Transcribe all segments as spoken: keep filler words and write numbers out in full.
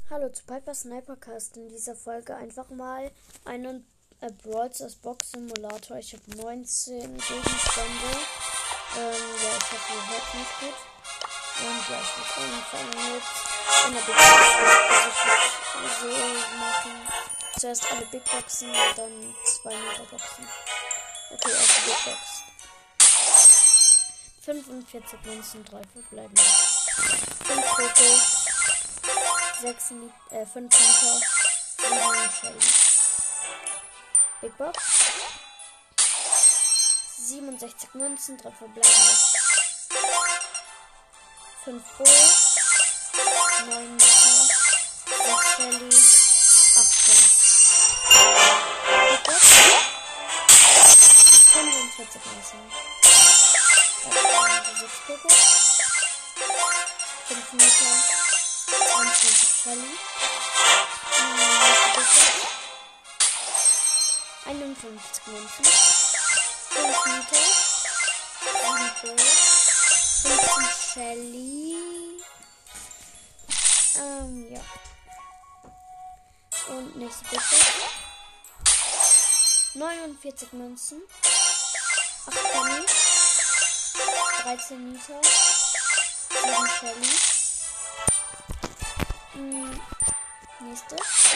Hallo zu Piper Snipercast. In dieser Folge einfach mal einen äh, Brawl Stars Box Simulator. Ich habe neunzehn Gegenstände. Ähm, ja, ich hoffe, ihr hört mich gut. Und ja, ich würde anfangen mit einer Big Box. Also ich würde so machen. Zuerst alle Big Boxen und dann zwei Megaboxen. Okay, erste Big Box. fünfundvierzig Münzen, drei verbleibende. fünf Foto. sechs, äh, fünf Meter, sieben Shelly. Big Box. siebenundsechzig Münzen, drei verbleibende. fünf Bo. neun Meter, sechs Shelly, achtzehn. Big Box. fünfundvierzig Münzen. sechs Poco. fünf Meter. einundzwanzig Shelly. einundfünfzig Münzen. fünf Meter. sieben Bo. fünfzehn Shelly. Ähm, ja. Und nächste Bitte. neunundvierzig Münzen. acht Penny. dreizehn Meter. sieben Shelly. Hm, nächste.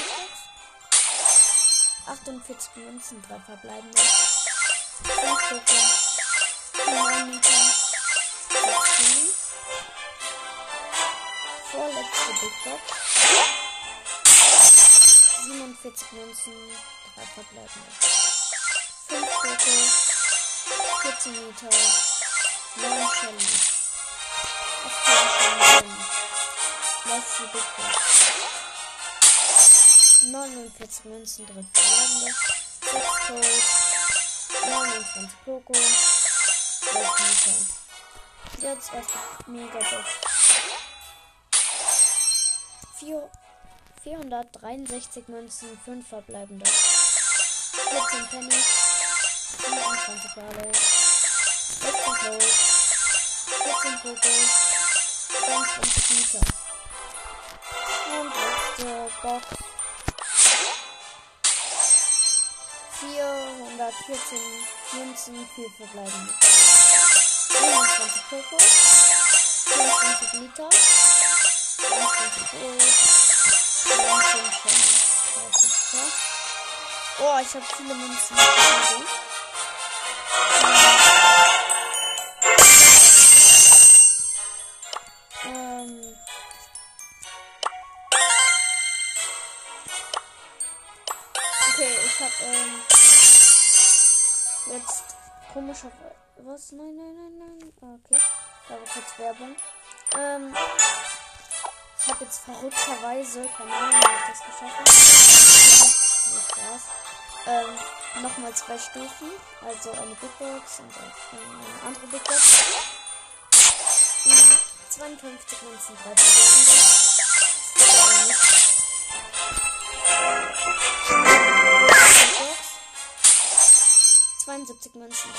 achtundvierzig Münzen, drei verbleibende. fünf Poco. neun Meter. sechs Shelly. Vorletzte Big Box. siebenundvierzig Münzen, drei verbleibende. fünf Poco. vierzehn Meter. neun Shelly. achtzehn Shelly. Letzte Big Box. neunundvierzig Münzen, drei verbleibende. sechs Cold. neunundzwanzig Poco. zwölf Meter. Jetzt erst Megabox. vierhundertdreiundsechzig Münzen, fünf verbleibende. vierzehn Penny. vierundzwanzig Barley. sechzehn Cold. vierzehn Poco. zweiundzwanzig Meter. Und letzte Box. vierhundertvierzehn Münzen, vier verbleibende. einundzwanzig Poco. vierundzwanzig Liter. zweiundzwanzig Gold. neunzehn Shelly. Oh, ich habe viele Münzen. Ähm. Okay, ich habe ähm, jetzt komischer. Was? Nein, nein, nein, nein. Ah, okay. Da war kurz Werbung. Ähm, ich habe jetzt verrückterweise, keine Ahnung, wie ich das geschafft habe. Nee, Spaß. Ähm, nochmal zwei Stufen. Also eine Big Box und eine andere Big Box. zweiundfünfzig Münzen, drei verbleibende. zweiundsiebzig Münzen.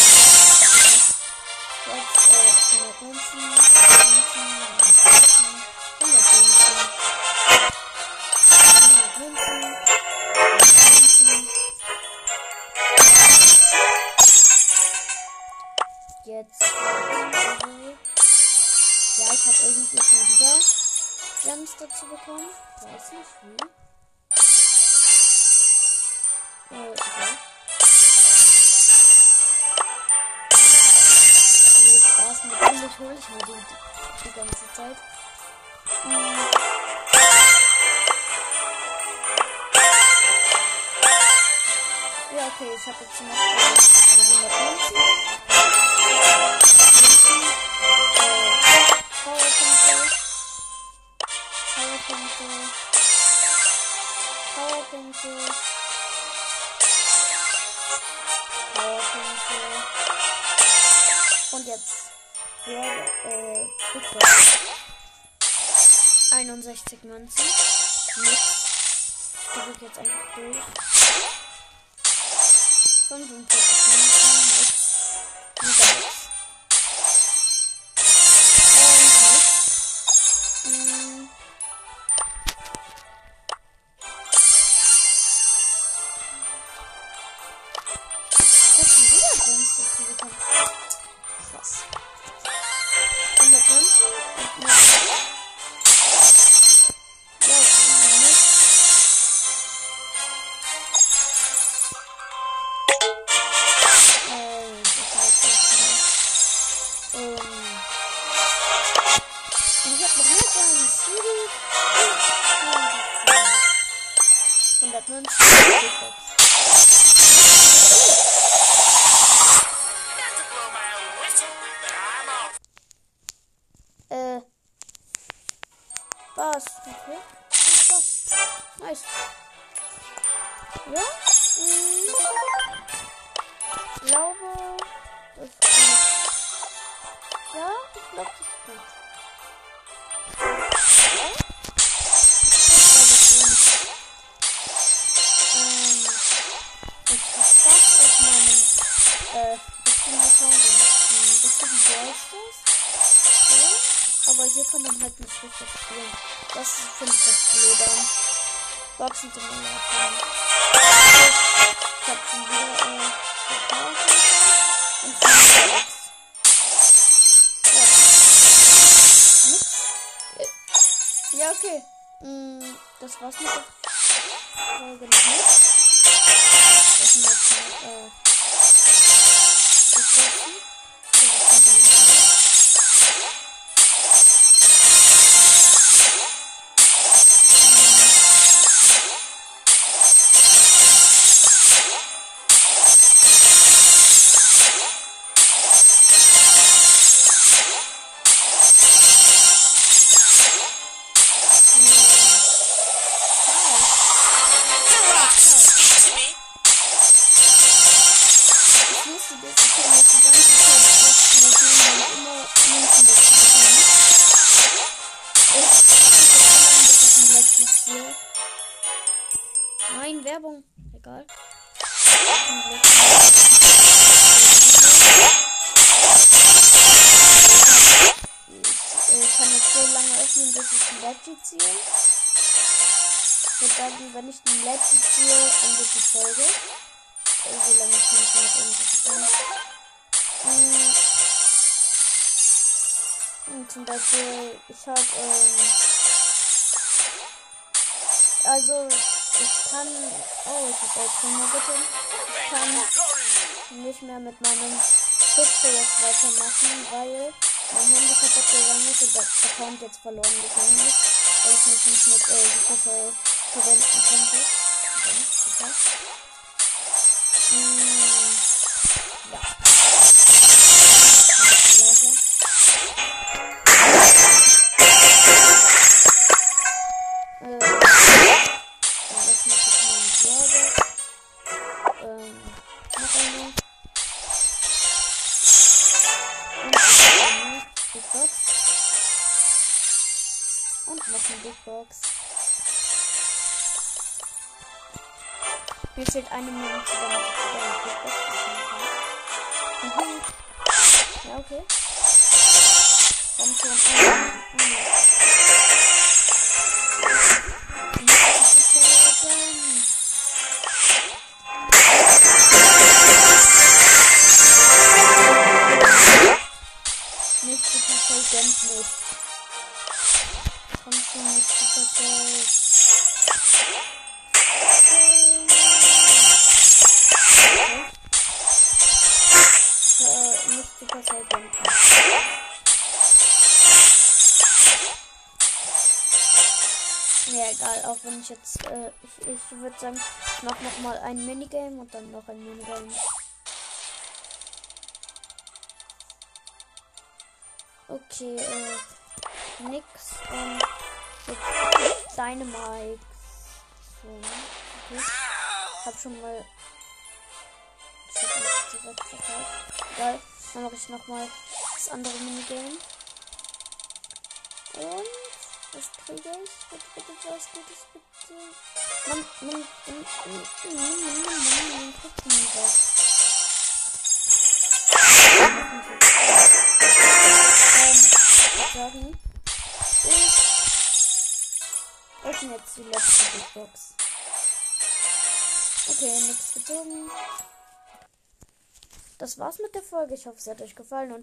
Jetzt äh, hundert Münzen, hundert Münzen, hundert Münzen, hundert Münzen, hundert Münzen. Jetzt äh, ja, ich habe irgendwie schon wieder Gems dazu bekommen. Weiß nicht wie. Äh, okay. Natürlich hole ich mir die, die ganze Zeit. Hm. Ja, okay, ich habe jetzt noch hundert Münzen. Powerpunkte. Powerpunkte. Powerpunkte. Powerpunkte. Und jetzt. Ja, äh, Big Box. einundsechzig Münzen. Nix. Die wird jetzt einfach durch. fünfundvierzig Münzen. Nix. Megabox. Und nix. Hm. hundert Münzen. Big Box. Äh. Was? Okay. Was? Nice. Ja? Mhm. Ich glaube, das ist gut. Ja, ich glaube, das ist gut. Ja? Ähm, ich hab das auf meinem, äh, richtigen Account, im richtigen Brawl Stars. Ja? Aber hier kann man halt nicht richtig spielen. Das finde ich das Blöde an. Boxen zum Simulator. Ich hab schon wieder, äh, gekauft. Und ich bin Box. Ja. Ja, okay. Mm, das war's mit der Folge noch nicht. Das sind jetzt noch, äh, die Kosten. Nein, Werbung. Egal. Ich kann jetzt so lange öffnen, bis ich ein Legend ziehe. Ich würde sagen, wenn ich ein Legend ziehe, endet die Folge. So lange kann ich noch irgendwas tun. Und zum Beispiel, ich habe, ähm, also, ich kann, oh, ich habe auch schon mal bitte. Ich kann nicht mehr mit meinem Schiffprojekt weitermachen, weil mein Handy kaputt gegangen ist und der Account jetzt verloren gegangen ist, weil ich mich nicht mit äh, Supercell verwenden konnte. Okay, mm, ja. Ein bisschen leiser. Äh, das mache ich mal mit Sorge. Ähm, noch eine. Und Big Box. Und noch eine Big Box. Mir fehlt eine Million zusammen. Big Box. Mhm. Ja, okay. Dann schon eine. Nicht Supercell, gönnt nicht. Kommt schon nicht Supercell. Okay. Nicht Supercell, gönnt nicht. Ja, egal, auch wenn ich jetzt, äh, ich, ich würde sagen, ich mache nochmal ein Minigame und dann noch ein Minigame. Okay, äh, nix und jetzt Dynamite. So, okay. Ich hab schon mal. Ich hab nicht direkt verkauft. Egal, dann mache ich nochmal das andere Minigame. Und was kriege ich? Bitte, bitte, was Gutes, bitte. Man, man, man, man, man, man, man, man kriegt nie was. Sagen, ich öffne jetzt die letzte Big Box. Okay, nichts gezogen. Das war's mit der Folge. Ich hoffe, es hat euch gefallen und